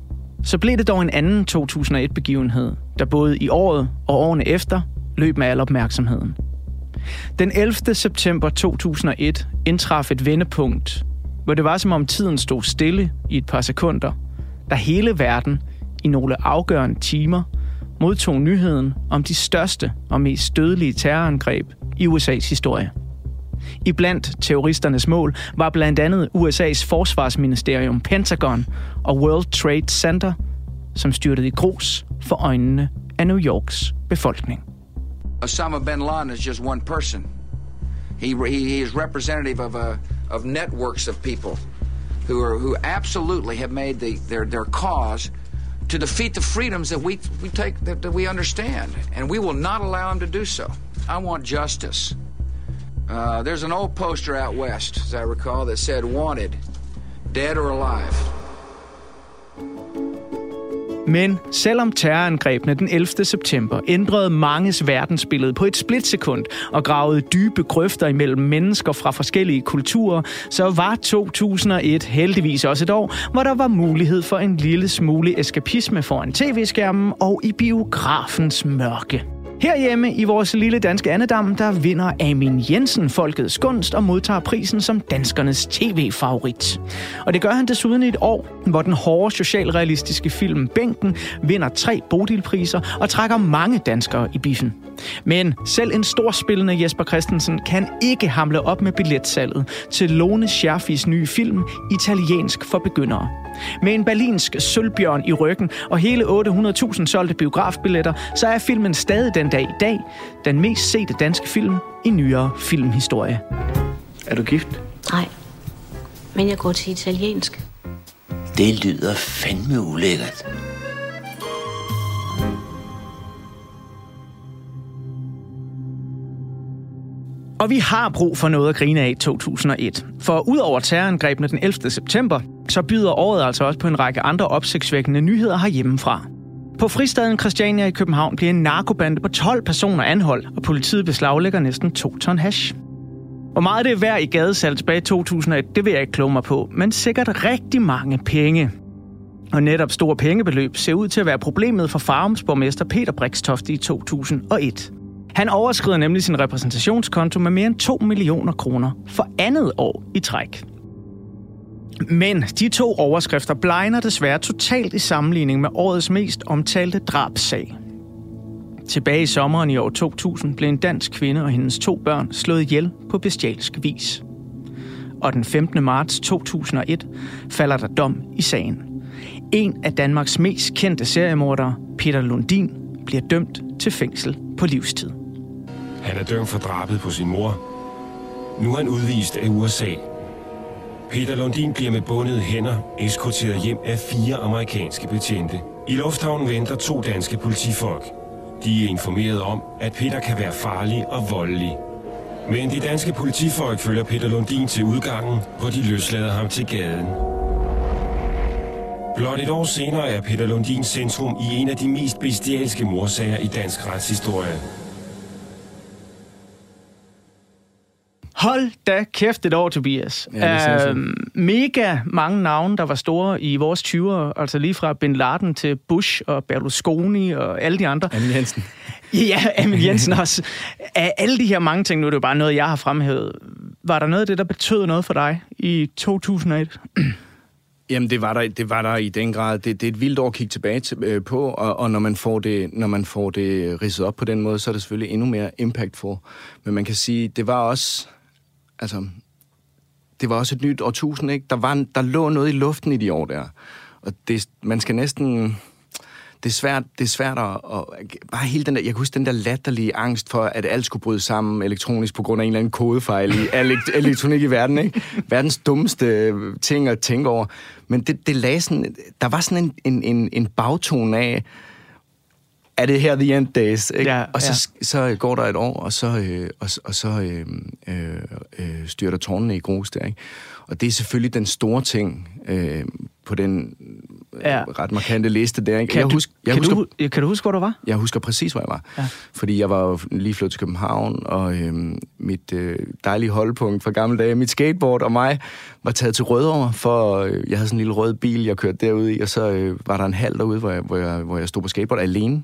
Så blev det dog en anden to tusind og et-begivenhed, der både i året og årene efter løb med al opmærksomheden. Den ellevte september to tusind og et indtraf et vendepunkt, hvor det var som om tiden stod stille i et par sekunder, da hele verden i nogle afgørende timer modtog nyheden om de største og mest dødelige terrorangreb i U S A's historie. Iblandt terroristernes mål var blandt andet U S A's forsvarsministerium Pentagon og World Trade Center, som styrtede i grus for øjnene af New Yorks befolkning. Osama bin Laden is just one person. He, he, he is representative of, a, of networks of people who, are, who absolutely have made the, their, their cause to defeat the freedoms that we, we take, that, that we understand. And we will not allow him to do so. I want justice. Uh, there's an old poster out west, as I recall, that said, wanted, dead or alive. Men selvom terrorangrebene den ellevte september ændrede manges verdensbillede på et splitsekund og gravede dybe grøfter imellem mennesker fra forskellige kulturer, så var to tusind og et heldigvis også et år, hvor der var mulighed for en lille smule eskapisme foran tv-skærmen og i biografens mørke. Herhjemme i vores lille danske andedam, der vinder Amin Jensen folkets gunst og modtager prisen som danskernes tv-favorit. Og det gør han desuden i et år, hvor den hårde socialrealistiske film Bænken vinder tre Bodilpriser og trækker mange danskere i biffen. Men selv en storspillende Jesper Christensen kan ikke hamle op med billetsalget til Lone Scherfis nye film Italiensk for begyndere. Med en berlinsk sølvbjørn i ryggen og hele otte hundrede tusind solgte biografbilletter, så er filmen stadig den dag i dag den mest sete danske film i nyere filmhistorie. Er du gift? Nej, men jeg går til italiensk. Det lyder fandme ulækkert. Og vi har brug for noget at grine af i to tusind og et. For udover terrorangrebene den ellevte september, så byder året altså også på en række andre opsigtsvækkende nyheder herhjemmefra. På fristaden Christiania i København bliver en narkobande på tolv personer anholdt, og politiet beslaglægger næsten to ton hash. Hvor meget det er værd i gadesalg tilbage i to tusind og et, det vil jeg ikke kloge mig på, men sikkert rigtig mange penge. Og netop store pengebeløb ser ud til at være problemet for Farums borgmester Peter Brixtofte i to tusind og et. Han overskrider nemlig sin repræsentationskonto med mere end to millioner kroner for andet år i træk. Men de to overskrifter blegner desværre totalt i sammenligning med årets mest omtalte drabssag. Tilbage i sommeren i år to tusind blev en dansk kvinde og hendes to børn slået ihjel på bestialsk vis. Og den femtende marts to tusind og et falder der dom i sagen. En af Danmarks mest kendte seriemordere, Peter Lundin, bliver dømt til fængsel på livstid. Han er dømt for drabet på sin mor. Nu er han udvist af U S A. Peter Lundin bliver med bundede hænder eskorteret hjem af fire amerikanske betjente. I lufthavnen venter to danske politifolk. De er informeret om, at Peter kan være farlig og voldelig. Men de danske politifolk følger Peter Lundin til udgangen, hvor de løslader ham til gaden. Blot et år senere er Peter Lundin centrum i en af de mest bestialske mordsager i dansk retshistorie. Hold da kæft et år, Tobias. Ja, uh, mega mange navne, der var store i vores tyvere, altså lige fra Bin Laden til Bush og Berlusconi og alle de andre. Amin Jensen. Ja, Amin Jensen også. Af alle de her mange ting, nu er det jo bare noget, jeg har fremhævet. Var der noget af det, der betød noget for dig i to tusind og et? Jamen, det var der, det var der i den grad. Det, det er et vildt år at kigge tilbage til, øh, på, og, og når man får det, når man får det ridset op på den måde, så er det selvfølgelig endnu mere impactful. Men man kan sige, det var også, altså, det var også et nyt årtusind, ikke? Der var, der lå noget i luften i de år der, og det, man skal næsten. Det er svært, det er svært at, at bare hele den der, jeg kan huske den der latterlige angst for, at alt skulle bryde sammen elektronisk på grund af en eller anden kodefejl i elektronik i verden, ikke? Verdens dummeste ting at tænke over. Men det, det lagde sådan, der var sådan en, en, en bagtone af, er det her the end days, ikke? Ja, og så, ja. så går der et år, og så, øh, og, og så øh, øh, styrter tårnene i grus der, ikke? Og det er selvfølgelig den store ting øh, på den ja. ret markante liste der. Ikke? Kan, jeg husk, jeg kan, husker, du, kan du huske, hvor du var? Jeg husker præcis, hvor jeg var. Ja. Fordi jeg var jo lige flyttet til København, og øhm, mit øh, dejlige holdpunkt fra gamle dage, mit skateboard og mig, var taget til Rødovre, for øh, jeg havde sådan en lille rød bil, jeg kørte derude i, og så øh, var der en hal derude, hvor jeg, hvor jeg, hvor jeg stod på skateboard alene.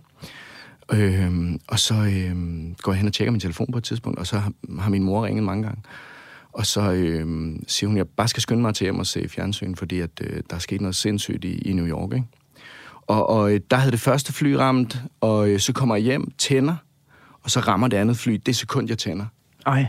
Øhm, og så øhm, går jeg hen og tjekker min telefon på et tidspunkt, og så har, har min mor ringet mange gange. Og så øhm, siger hun, at jeg bare skal skynde mig til hjem og se fjernsyn, fordi at, øh, der er sket noget sindssygt i, i New York. Ikke? Og, og der havde det første fly ramt, og øh, så kommer jeg hjem, tænder, og så rammer det andet fly det sekund, jeg tænder. Ej.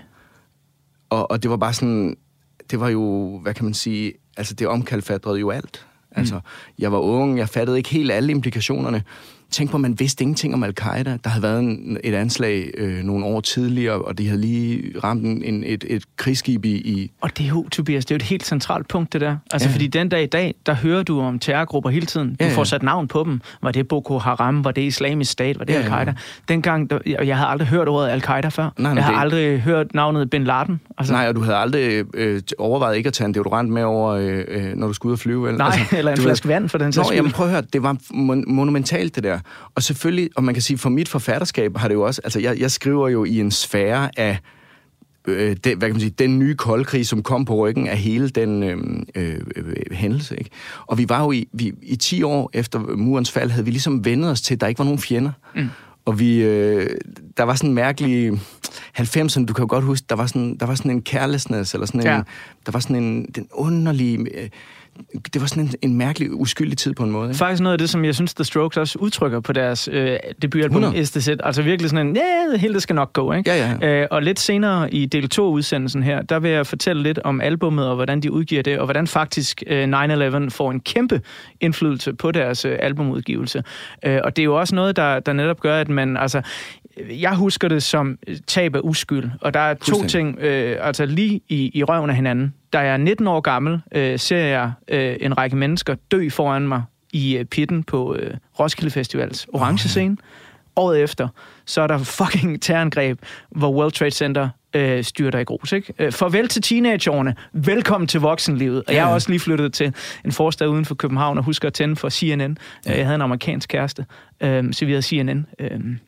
Og, og det var bare sådan, det var jo, hvad kan man sige, altså det omkalfatrede jo alt. Mm. Altså, jeg var ung, jeg fattede ikke helt alle implikationerne. Tænk på, at man vidste ingenting om Al-Qaida. Der havde været en, et anslag øh, nogle år tidligere, og de havde lige ramt en, et, et krigsskib i, i... Og det er jo, Tobias, det er jo et helt centralt punkt, det der. Altså, ja. Fordi den dag i dag, der hører du om terrorgrupper hele tiden. Du ja, ja. får sat navn på dem. Var det Boko Haram? Var det Islamisk Stat? Var det ja, Al-Qaida? Ja. Dengang, der, jeg, jeg havde aldrig hørt ordet Al-Qaida før. Nej, nej, jeg har det... aldrig hørt navnet Bin Laden. Altså... Nej, og du havde aldrig øh, overvejet ikke at tage en deodorant med over, øh, når du skulle ud og flyve. Vel? Nej, altså, eller en flaske ved... vand for den sags skyld. Nå, jamen prøv at høre, det var mon- monumentalt det der. Og selvfølgelig, og man kan sige, for mit forfatterskab har det jo også, altså jeg, jeg skriver jo i en sfære af, øh, det, hvad kan man sige, den nye koldkrig, som kom på ryggen af hele den øh, øh, hændelse, ikke? Og vi var jo i, vi, i ti år efter murens fald, havde vi ligesom vendet os til, at der ikke var nogen fjender. Mm. Og vi, øh, der var sådan en mærkelig halvfemserne, du kan jo godt huske, der var sådan, der var sådan en carelessness, eller sådan en, ja. der var sådan en, den underlige... Øh, det var sådan en, en mærkelig, uskyldig tid på en måde. Ikke? Faktisk noget af det, som jeg synes, The Strokes også udtrykker på deres øh, debutalbum, Is This It? Altså virkelig sådan en, ja, hele det skal nok gå, ikke? Ja, ja. Øh, og lidt senere i del to-udsendelsen her, der vil jeg fortælle lidt om albummet, og hvordan de udgiver det, og hvordan faktisk øh, nine eleven får en kæmpe indflydelse på deres øh, albumudgivelse. Øh, og det er jo også noget, der, der netop gør, at man, altså, jeg husker det som tab af uskyld, og der er to ting, øh, altså lige i, i røven af hinanden. Da jeg er nitten år gammel, øh, ser jeg øh, en række mennesker dø foran mig i øh, pitten på øh, Roskilde Festivals orange scene. Oh, ja. Året efter, så er der fucking terrorangreb, hvor World Trade Center øh, styrter i grus, ikke? Øh, farvel til teenageårene, velkommen til voksenlivet. Og jeg er også lige flyttet til en forstad uden for København, og husker at tænde for C N N. Ja. Jeg havde en amerikansk kæreste, øh, så vi havde C N N. Øh,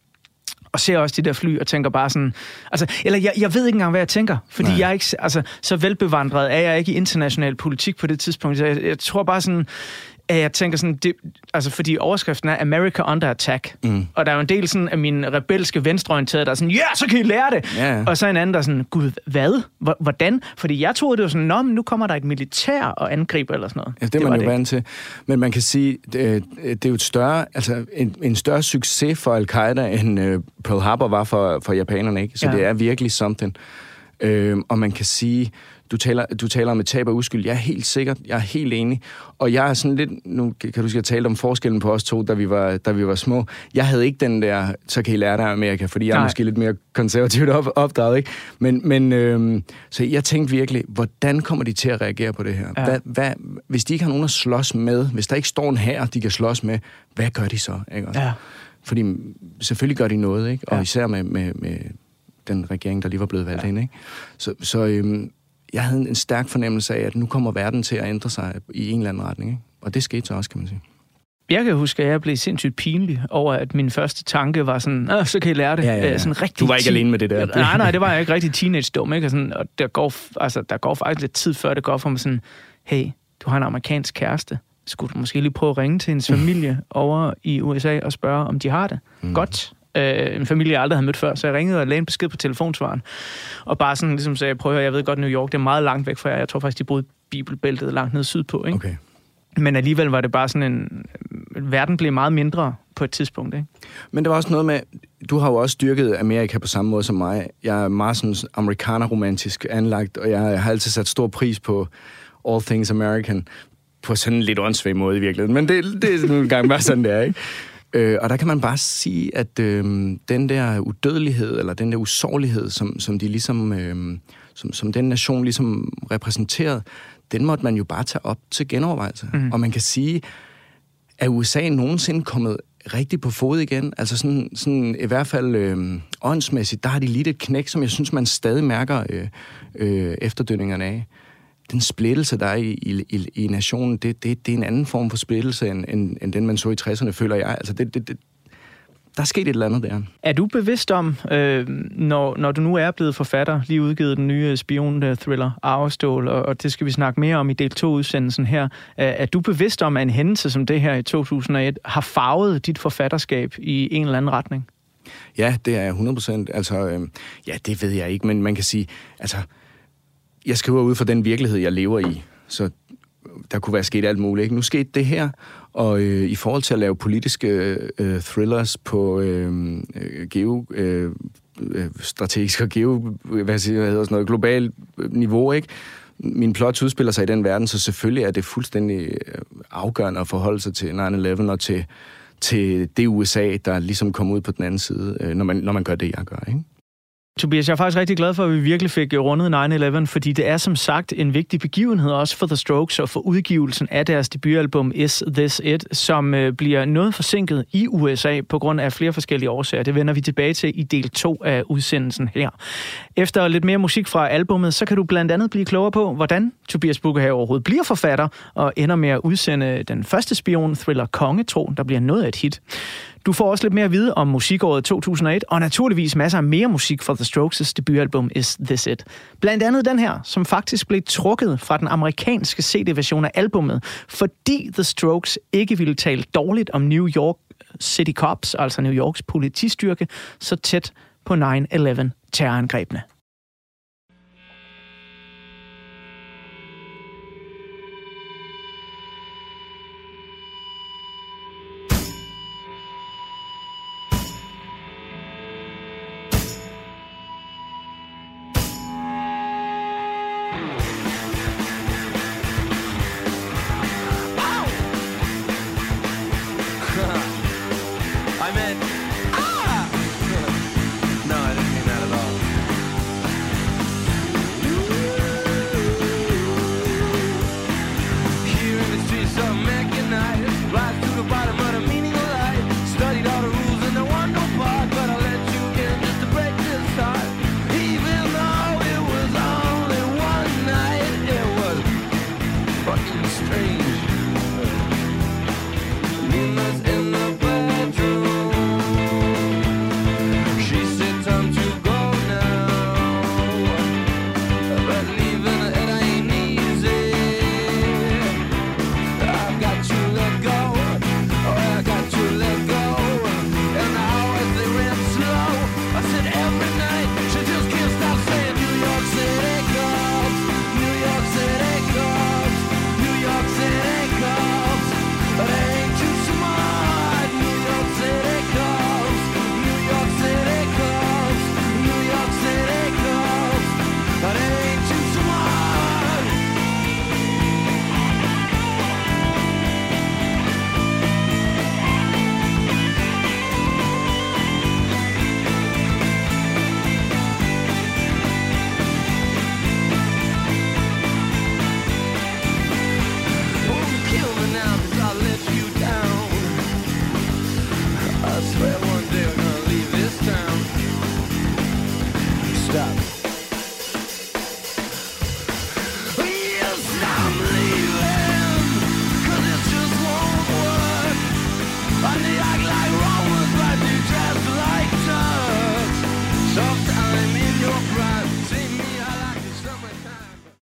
og ser også de der fly og tænker bare sådan... Altså, eller jeg, jeg ved ikke engang, hvad jeg tænker, fordi Nej. jeg er ikke... Altså, så velbevandret er jeg ikke i international politik på det tidspunkt. Så jeg, jeg tror bare sådan... at jeg tænker sådan... Det, altså, fordi overskriften er America Under Attack. Mm. Og der er jo en del sådan af mine rebelske venstreorienterede, der er sådan, ja, så kan I lære det! Yeah. Og så en anden, der er sådan, gud, hvad? Hvordan? Fordi jeg troede, det var sådan, nå, men nu kommer der et militær og angriber eller sådan noget. Ja, det, det er man jo vant til. Men man kan sige, det, det er jo et større, altså en, en større succes for Al-Qaida, end uh, Pearl Harbor var for, for japanerne, ikke? Så ja. Det er virkelig something. Uh, og man kan sige... Du taler, du taler om et tab af uskyld. Jeg er helt sikkert, jeg er helt enig. Og jeg er sådan lidt, nu kan du huske, jeg talte om forskellen på os to, da vi var, da vi var små. Jeg havde ikke den der, så kan I lære dig Amerika, fordi jeg er Nej. måske lidt mere konservativt op, opdraget, ikke? Men, men øhm, så jeg tænkte virkelig, hvordan kommer de til at reagere på det her? Ja. Hvad, hvad, hvis de ikke har nogen at slås med, hvis der ikke står en hær, de kan slås med, hvad gør de så? Ikke? Ja. Fordi selvfølgelig gør de noget, ikke? Og ja. især med, med, med den regering, der lige var blevet valgt ja. ind, ikke? Så, så øhm, jeg havde en stærk fornemmelse af, at nu kommer verden til at ændre sig i en eller anden retning, ikke? Og det skete så også, kan man sige. Jeg kan huske, at jeg blev sindssygt pinlig over, at min første tanke var sådan, Åh, så kan I lære det. Ja, ja, ja. Sådan rigtig du var ikke alene med det der. Nej, nej, det var jeg ikke rigtig teenage-dum, ikke? Og, sådan, og der, går, altså, der går faktisk lidt tid før, det går for mig sådan, hey, du har en amerikansk kæreste. Skulle du måske lige prøve at ringe til hendes familie over i U S A og spørge, om de har det? Mm. Godt. Øh, en familie, jeg aldrig havde mødt før, så jeg ringede og lagde en besked på telefonsvaren. Og bare sådan ligesom sagde, prøv at høre, jeg ved godt, New York, det er meget langt væk fra jer. Jeg tror faktisk, de boede i Bibelbæltet langt nede sydpå, ikke? Okay. Men alligevel var det bare sådan en... Verden blev meget mindre på et tidspunkt, ikke? Men det var også noget med... Du har jo også dyrket Amerika på samme måde som mig. Jeg er meget sådan amerikaner-romantisk anlagt, og jeg har altid sat stor pris på all things American. På sådan en lidt åndssvag måde i virkeligheden. Men det, det er nu engang bare sådan, det er, ikke? Øh, og der kan man bare sige, at øh, den der udødelighed, eller den der usårlighed, som, som de ligesom, øh, som, som den nation ligesom repræsenterede, den måtte man jo bare tage op til genovervejelse. Mm. Og man kan sige, at U S A nogensinde kommet rigtig på fod igen, altså sådan, sådan i hvert fald øh, åndsmæssigt, der har de lidt et knæk, som jeg synes, man stadig mærker øh, øh, efterdønningerne af. den splittelse, der er i, i, i nationen, det, det, det er en anden form for splittelse, end, end, end den, man så i tresserne, føler jeg. Altså, det, det, det, der er sket et eller andet der. Er du bevidst om, øh, når, når du nu er blevet forfatter, lige udgivet den nye spion-thriller Arvestål, og, og det skal vi snakke mere om i del to-udsendelsen her, er du bevidst om, at en hændelse som det her i to tusind og et har farvet dit forfatterskab i en eller anden retning? Ja, det er jeg hundrede procent. Altså, øh, ja, det ved jeg ikke, men man kan sige, altså, jeg skriver ud fra den virkelighed, jeg lever i, så der kunne være sket alt muligt. Ikke? Nu skete det her, og øh, i forhold til at lave politiske øh, thrillers på øh, geo, øh, strategisk og geo, hvad siger, hvad hedder sådan noget, globalt niveau, ikke? Min plot udspiller sig i den verden, så selvfølgelig er det fuldstændig afgørende at forholde sig til nine eleven og til, til det U S A, der ligesom kommer ud på den anden side, når man, når man gør det, jeg gør, ikke? Tobias, jeg er faktisk rigtig glad for, at vi virkelig fik rundet nine eleven, fordi det er som sagt en vigtig begivenhed også for The Strokes og for udgivelsen af deres debutalbum Is This It, som bliver noget forsinket i U S A på grund af flere forskellige årsager. Det vender vi tilbage til i del to af udsendelsen her. Efter lidt mere musik fra albummet, så kan du blandt andet blive klogere på, hvordan Tobias Bukhøj overhovedet bliver forfatter og ender med at udsende den første spion-thriller Kongetro, der bliver noget af et hit. Du får også lidt mere at vide om musikåret to tusind og et, og naturligvis masser af mere musik fra The Strokes' debutalbum Is This It. Blandt andet den her, som faktisk blev trukket fra den amerikanske C D-version af albummet, fordi The Strokes ikke ville tale dårligt om New York City Cops, altså New Yorks politistyrke, så tæt på nine eleven terrorangrebene.